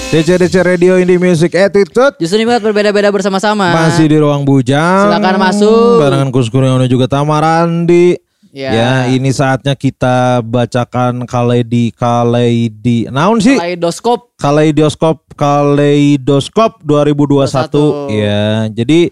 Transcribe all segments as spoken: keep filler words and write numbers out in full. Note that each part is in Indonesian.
D C D C Radio Indie Music Attitude. Justru nikmat berbeda-beda bersama-sama. Masih di ruang bujang. Silakan masuk. Barengan Kus Kuryono juga Tamarandi. Ya. Ya, ini saatnya kita bacakan kaledi kaledi. Naon sih? Kaleidoskop. Kaleidoskop Kaleidoskop dua ribu dua puluh satu. Ya, jadi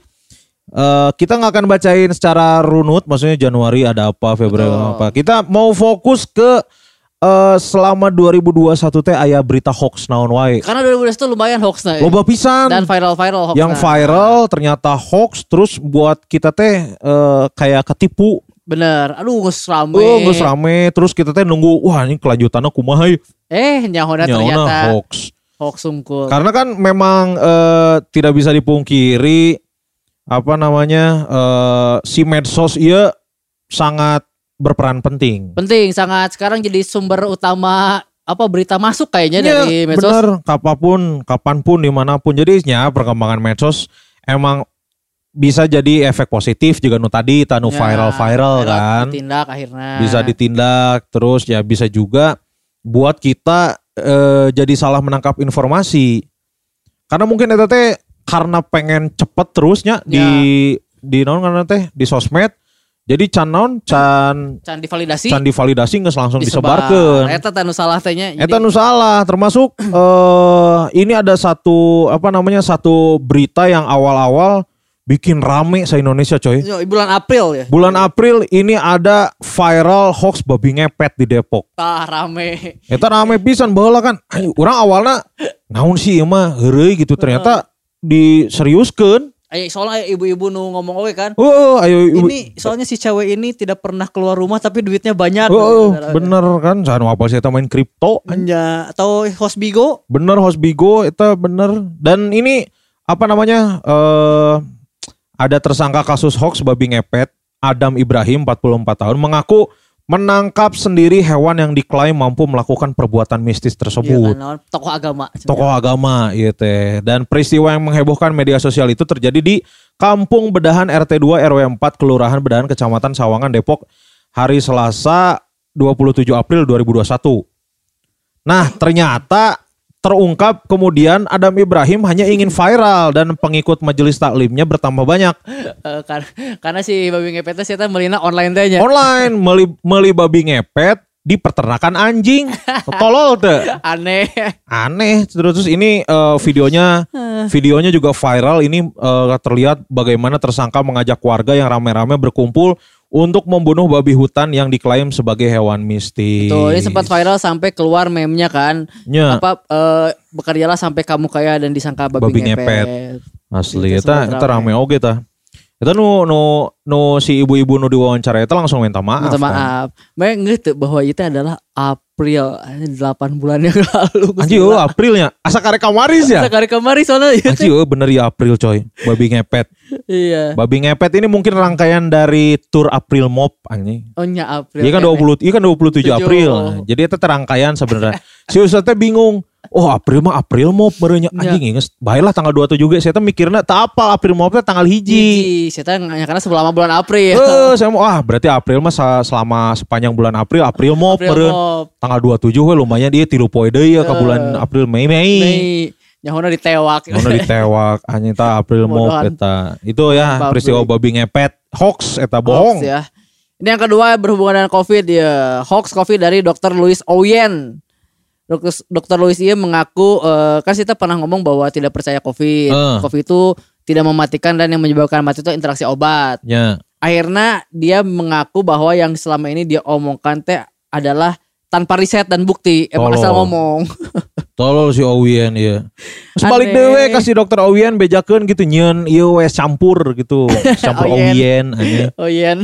uh, kita nggak akan bacain secara runut. Maksudnya Januari ada apa, Februari Betul. apa. Kita mau fokus ke Uh, selama dua ribu dua puluh satu teh aya berita hoax naon wae. Karena dua ribu dua belas itu lumayan hoax nah. Loba pisan. Dan viral-viral hoax. Yang nah. viral ternyata hoax terus buat kita teh uh, kayak ketipu. Bener. Aduh geus rame. Oh, geus rame terus kita teh nunggu wah ini kelanjutannya kumaha ieu. Eh nyahona Nyaona ternyata hoax. Hoax sungkul. Karena kan memang uh, tidak bisa dipungkiri apa namanya uh, si medsos ieu sangat berperan penting. Penting sangat. Sekarang jadi sumber utama apa berita masuk kayaknya Ya, dari medsos. Bener, kapapun, kapanpun, dimanapun. Jadi ya perkembangan medsos emang bisa jadi efek positif juga nu tadi, tanu Ya, viral-viral kan. Ditindak akhirnya. Bisa ditindak, terus ya bisa juga buat kita eh, jadi salah menangkap informasi. Karena mungkin eta teh karena pengen cepet terusnya Ya. di di naon karena teh di sosmed. Jadi can naon can Can divalidasi. can divalidasi geus langsung disebar. disebarkeun. Eta tanu salah tehnya. Eta nu salah termasuk eh ini ada satu apa namanya satu berita yang awal-awal bikin rame se-Indonesia coy. Bulan April ya. Bulan April ini ada viral hoax babi ngepet di Depok. Tah rame. Eta rame pisan baheula kan. Ayo, urang awalna naon sih ieu mah heureuy gitu ternyata diseriuskeun. Ayo soalnya ibu-ibu nu ngomong oke kan. Oh, ayo ibu. Ini soalnya si cewek ini tidak pernah keluar rumah tapi duitnya banyak. Oh, bener kan. Jangan apa sih eta main kripto. Ya, atau Hosbigo. Bener Hosbigo itu bener. Dan ini apa namanya eh ada tersangka kasus hoax babi ngepet Adam Ibrahim empat puluh empat tahun mengaku menangkap sendiri hewan yang diklaim mampu melakukan perbuatan mistis tersebut. Iya kan, tokoh agama. Tokoh agama iya teh. Dan peristiwa yang menghebohkan media sosial itu terjadi di Kampung Bedahan R T dua R W empat Kelurahan Bedahan Kecamatan Sawangan Depok hari Selasa dua puluh tujuh April dua ribu dua puluh satu. Nah, ternyata terungkap kemudian Adam Ibrahim hanya ingin viral dan pengikut majelis taklimnya bertambah banyak. Uh, karena, karena si babi ngepetnya sih melina online tehnya. Online meli, meli babi ngepet di peternakan anjing. Tolol tuh. Aneh. Aneh. Terus, terus ini uh, videonya videonya juga viral. Ini uh, terlihat bagaimana tersangka mengajak warga yang rame-rame berkumpul untuk membunuh babi hutan yang diklaim sebagai hewan mistis. Tuh, ini sempat viral sampai keluar meme-nya kan. Ya. Apa uh, bekerjalah sampai kamu kaya dan disangka babi, Babi ngepet. ngepet. Asli Itu eta sempat eta rame oge tah. Eta nu nu nu si ibu-ibu nu diwawancara eta langsung minta maaf. Minta kan. maaf. Mereka ngerti bahwa itu adalah April delapan bulan yang lalu. Anjir oh Aprilnya. Asa karek kamaris ya. Sekali kemarin soalnya itu. Anjir oh bener ya April coy. Babi ngepet. Iya. Babi ngepet ini mungkin rangkaian dari tur April Mop anjing. Oh nya April. Iya kan dua puluh iya kan dua puluh tujuh Tujuh. April. Nah, jadi itu terangkaian sebenarnya. Si Ustaz teh bingung. Oh April mah April Mop berenya anjing inges. Baiklah tanggal dua puluh tujuh ge saya teh mikirna tak apa April Mop teh tanggal hiji. Hiji. Saya karena sebelum bulan April. Eh, saya mau ah berarti April mah selama sepanjang bulan April April Mop April meureun. Mop. Tanggal dua puluh tujuh we lumayan dia tilu poe deui ya ke bulan April Mei Mei. Mei. Nyahona ditewak. Mana ditewak anjing ta April Mop Bodohan. eta. Itu ya Babi. peristiwa babi ngepet hoax eta bohong. Hoax ya. Ini yang kedua berhubungan dengan COVID ya. Hoax COVID dari dokter Louis Oyen. Dokter Dokter Louis Oyen mengaku uh, kan kita pernah ngomong bahwa tidak percaya COVID. Uh. COVID itu tidak mematikan dan yang menyebabkan mati itu interaksi obat. Ya. Akhirnya dia mengaku bahwa yang selama ini dia omongkan teh adalah tanpa riset dan bukti. Emang Tolol. asal ngomong. Tolol si Oyen ya. Sebalik Aneh. dewe kasih dokter Oyen bejakeun gitu nyeun ieu we campur gitu. Campur Oyen. Oyen anjing. Oyen.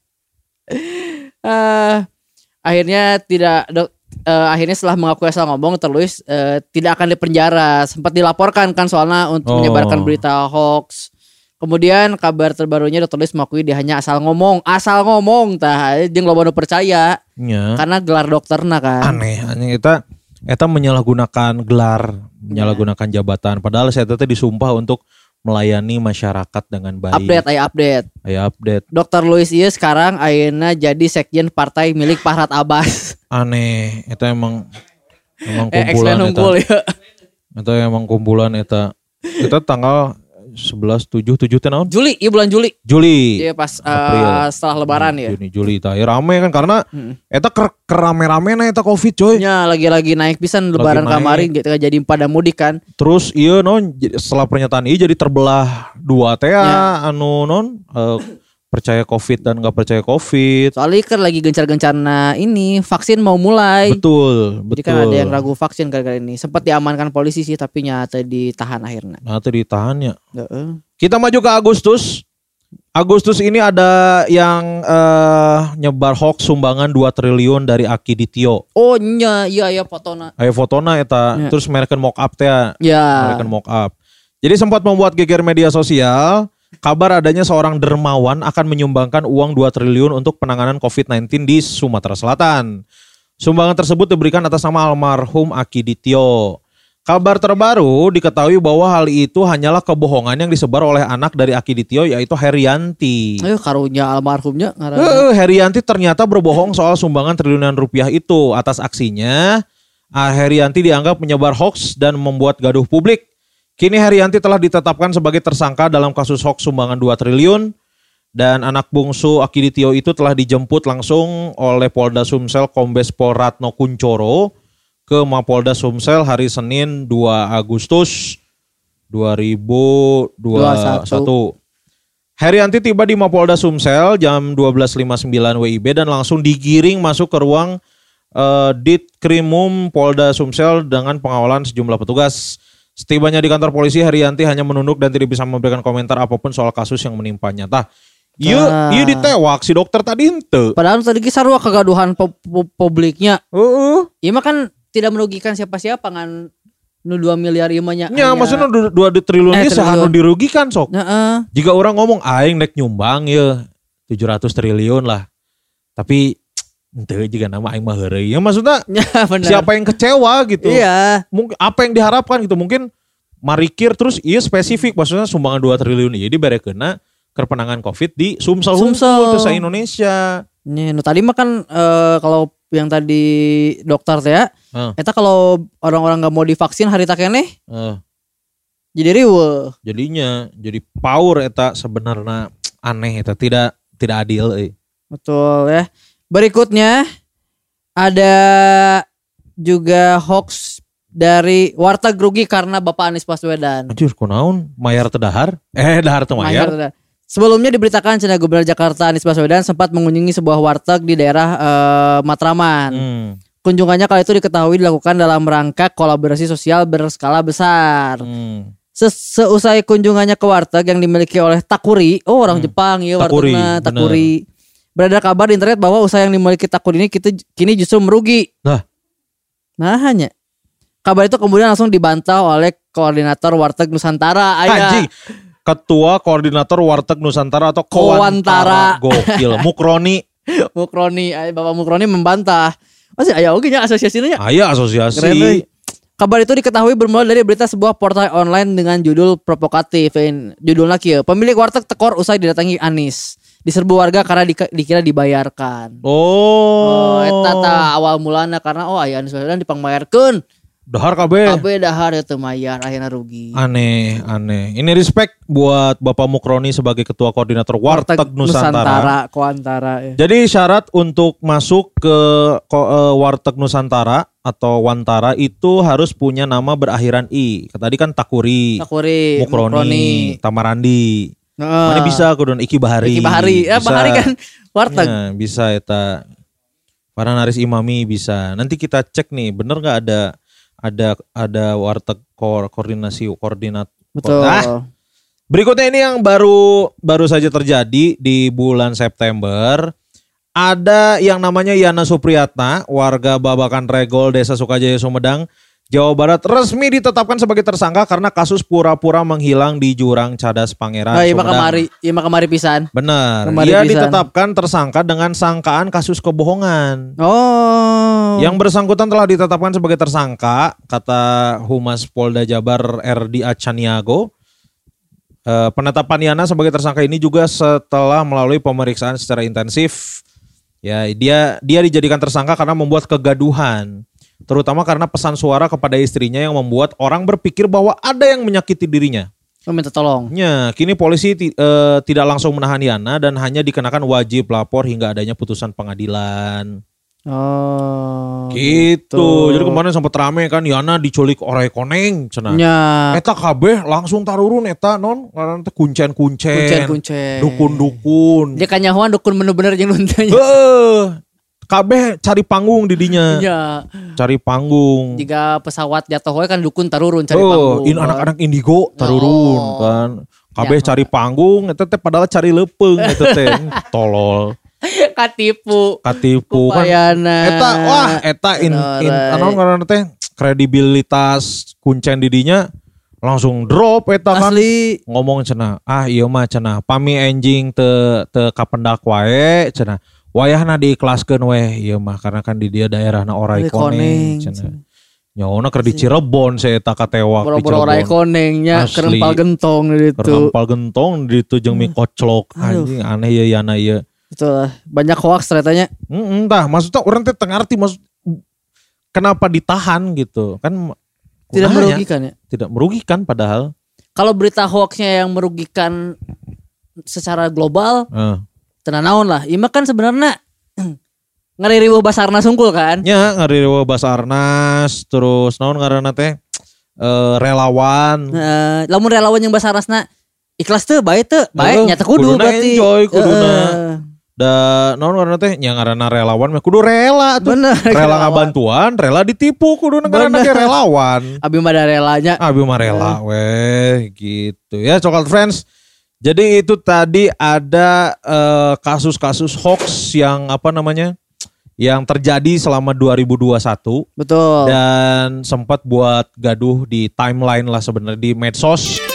uh, akhirnya tidak dok, uh, akhirnya setelah mengaku asal ngomong terus uh, tidak akan dipenjara. Sempat dilaporkan kan soalnya untuk Oh. menyebarkan berita hoax. Kemudian kabar terbarunya dokter Louis mengakui dia hanya asal ngomong, asal ngomong tah jeung loba nu percaya Ya. karena gelar dokterna kan. Aneh anjing eta eta menyalahgunakan gelar, menyalahgunakan jabatan padahal saya teh disumpah untuk melayani masyarakat dengan baik. Update aya update. Aya update. dokter Louis ieu sekarang ayeuna jadi sekjen partai milik Fahrat Abbas. Aneh, itu emang emang Eh, kumpulan X-Men eta. unggul ya. Eta emang kumpulan eta. Eta tanggal sebelas tujuh tujuh teh naon? Juli, iya bulan Juli. Juli. Iya pas April. uh, setelah lebaran ya. Juni Juli tah. Ya rame kan karena Hmm. eta ker kerame-rame na eta Covid coy. Ya lagi-lagi naik pisan lebaran naik. kamari gitu jadi pada mudik kan. Terus iya non j- setelah pernyataan ini jadi terbelah dua teh Ya. anu non eh, percaya Covid dan gak percaya Covid. Soalnya kan lagi gencar-gencarna ini vaksin mau mulai. Betul, Jadi betul. kan ada yang ragu vaksin gara-gara ini. Sempat diamankan polisi sih tapi nyata ditahan akhirnya. Nah, itu ditahannya. Heeh. Kita maju ke Agustus. Agustus ini ada yang eh, nyebar hoax sumbangan dua triliun dari Aki Ditio. Oh nya iya iya fotona. Aya fotona eta, Ya. terus mereken mock up teh. Ya. Mereken mock up. Jadi sempat membuat geger media sosial. Kabar adanya seorang dermawan akan menyumbangkan uang dua triliun untuk penanganan covid sembilan belas di Sumatera Selatan. Sumbangan tersebut diberikan atas nama almarhum Aki Ditio. Kabar terbaru diketahui bahwa hal itu hanyalah kebohongan yang disebar oleh anak dari Aki Ditio yaitu Herianti. Ayo karunya almarhumnya ngaranna. Eh, Herianti ternyata berbohong soal sumbangan triliunan rupiah itu. Atas aksinya, ah, Herianti dianggap menyebar hoax dan membuat gaduh publik. Kini Herianti telah ditetapkan sebagai tersangka dalam kasus hoax sumbangan dua triliun. Dan anak bungsu Aki Ditio itu telah dijemput langsung oleh Polda Sumsel Kombes Pol Ratno Kuncoro ke Mapolda Sumsel hari Senin dua Agustus dua ribu dua puluh satu. Herianti tiba di Mapolda Sumsel jam dua belas lima puluh sembilan W I B dan langsung digiring masuk ke ruang uh, Ditkrimum Polda Sumsel dengan pengawalan sejumlah petugas. Setibanya di kantor polisi, Herianti hanya menunduk dan tidak bisa memberikan komentar apapun soal kasus yang menimpanya. Tah, iya, Ah. iya ditewak si dokter tadi ente. Padahal tadi ki sarua kegaduhan pu- pu- publiknya. Heeh. Iya mah kan tidak merugikan siapa-siapa kan nu dua miliar ieu mah nya. Ya, maksudnya du- dua triliun Eh, ini sahanu triliun. dirugikan sok. Heeh. Jika orang ngomong aing nek nyumbang ya tujuh ratus triliun lah. Tapi ente juga nama aing mah heureuy. Ya maksudnya Ya benar. siapa yang kecewa gitu. Iya. Mungkin apa yang diharapkan gitu. Mungkin marikir terus iya spesifik maksudnya sumbangan dua triliun ieu diberekeunna ke penanganan Covid di Sumsel Sumsel. Sumsel se Indonesia. Nih, nu tadi mah kan eh, kalau yang tadi dokter teh ya, Heeh. eta kalau orang-orang nggak mau divaksin hari tak keneh Eh, jadi riweuh. jadinya jadi power eta sebenarnya aneh eta tidak tidak adil euy. Betul ya. Berikutnya ada juga hoax dari warteg rugi karena Bapak Anies Baswedan. Anjir kunaon mayar teu dahar? Eh dahar teu mayar. Mayar. Sebelumnya diberitakan Cenah Gubernur Jakarta Anies Baswedan sempat mengunjungi sebuah warteg di daerah eh, Matraman. Hmm. Kunjungannya kali itu diketahui dilakukan dalam rangka kolaborasi sosial berskala besar. Hmm. Ses- Seusai kunjungannya ke warteg yang dimiliki oleh Takuri, oh orang Jepang ya Takuri, wartegna bener. Takuri. Beredar kabar di internet bahwa usaha yang dimiliki Takuri ini kita, kini justru merugi. Nah. Nah hanya. Kabar itu kemudian langsung dibantah oleh koordinator warteg Nusantara. Aya. Anjing. Ketua Koordinator Warteg Nusantara atau Kowantara. Kowantara. Gokil. Mukroni. Mukroni, aya Bapak Mukroni membantah. Masih aya oge nya asosiasinya. Aya asosiasi. Keren euy. Kabar itu diketahui bermula dari berita sebuah portal online dengan judul provokatif. Eh, Judulnya kieu, pemilik warteg tekor usai didatangi Anies. Diserbu warga karena di- dikira dibayarkan. Oh. Oh, eta ta awal mulana karena oh aya Anies Baswedan dipangbayarkeun. Dahar kabeh. Kabeh dahar ya teu mayar akhirnya rugi. Aneh, aneh. Ini respect buat Bapak Mukroni sebagai Ketua Koordinator Warteg, Nusantara. Kowantara ya. Jadi syarat untuk masuk ke ko- eh, Warteg Nusantara atau Wantara itu harus punya nama berakhiran I. Tadi kan Takuri, Takuri, Mukroni, Tamarandi. Heeh. Mana bisa kudun Iki Bahari. Iki Bahari. Ya Bisa. Bahari kan warteg. Ya, bisa eta. Para naris imami bisa. Nanti kita cek nih, bener nggak ada ada ada warteg ko- koordinasi koordinat. Betul. Ah, berikutnya ini yang baru baru saja terjadi di bulan September. Ada yang namanya Yana Supriyatna, warga Babakan Regol, Desa Sukajaya, Sumedang, Jawa Barat, resmi ditetapkan sebagai tersangka karena kasus pura-pura menghilang di Jurang Cadas Pangeran, Oh, iya mah Sumedang. kemari, iya mah kemari pisan. Benar. Kemarin Ia pisan. ditetapkan tersangka dengan sangkaan kasus kebohongan. Oh. Yang bersangkutan telah ditetapkan sebagai tersangka, kata Humas Polda Jabar R D Acaniago. Eh, penetapan Yana sebagai tersangka ini juga setelah melalui pemeriksaan secara intensif. Ya, dia dia dijadikan tersangka karena membuat kegaduhan terutama karena pesan suara kepada istrinya yang membuat orang berpikir bahwa ada yang menyakiti dirinya. Meminta tolong. Ya, kini polisi ti, eh, tidak langsung menahan Yana dan hanya dikenakan wajib lapor hingga adanya putusan pengadilan. Oh. Gitu. Jadi kemarin sempat rame kan Yana diculik orai koneng cenah. Ya. Eta kabeh langsung tarurun eta non karena teh kuncen-kuncen. Kuncen-kuncen. Dukun-dukun. Dia kan nyahoan dukun bener-bener jeung nuntanya. Heuh. Kabeh cari panggung di dinya. Iya. Cari panggung. Jika pesawat jatuh we kan dukun tarurun cari Oh, panggung. in anak-anak indigo tarurun Oh. kan. Kabeh Ya. cari panggung eta teh padahal cari lepeung eta teh. Tolol. Katipu. Katipu kan. Kupayana. Eta wah eta in in Beneran. anu ngaranna teh kredibilitas kuncen didinya langsung drop eta kan. Asli. Ngomong cenah, ah iya mah cenah pami enjing te te kapendak wae cenah. Wayahna diikhlaskeun we ieu mah karena kan di dia daerahna orai Orai koneng koneng, cenah. Nyaona keur di Cirebon saya eta katewak di Boro-boro orai Cirebon. konengnya Asli. kerempal gentong di ditu. Kerempal gentong di ditu jeung mie koclok Aduh. anjing aneh ieu Yana ieu. Itulah banyak hoax teretanya. Heeh tah maksudnya orang teh teu ngarti maksud kenapa ditahan gitu kan Tidak kunanya. merugikan ya. Tidak merugikan padahal. Kalau berita hoaxnya yang merugikan secara global, Eh. tenan naon lah. Ima kan sebenarnya ngaririweuh Basarnas unggul kan. Nya ngarirewa Basarnas terus naon ngaranna teh eh, relawan. Nah, lamun relawan yang Basarnasna ikhlas tuh baik tuh baik Heeh, nyata kudu kuduna berarti. enjoy, kuduna. Heeh. Da naon ngaranna teh nya ngaranna relawan mah kudu rela tuh. Bener. Rela ngabantuan, rela ditipu kudu ngaranna Bener. ge relawan. Abi mah ada relanya. Abi mah rela weh gitu ya Coklat Friends. Jadi itu tadi ada eh, kasus-kasus hoax yang apa namanya? Yang terjadi selama dua ribu dua puluh satu Betul. dan sempat buat gaduh di timeline lah sebenarnya di medsos.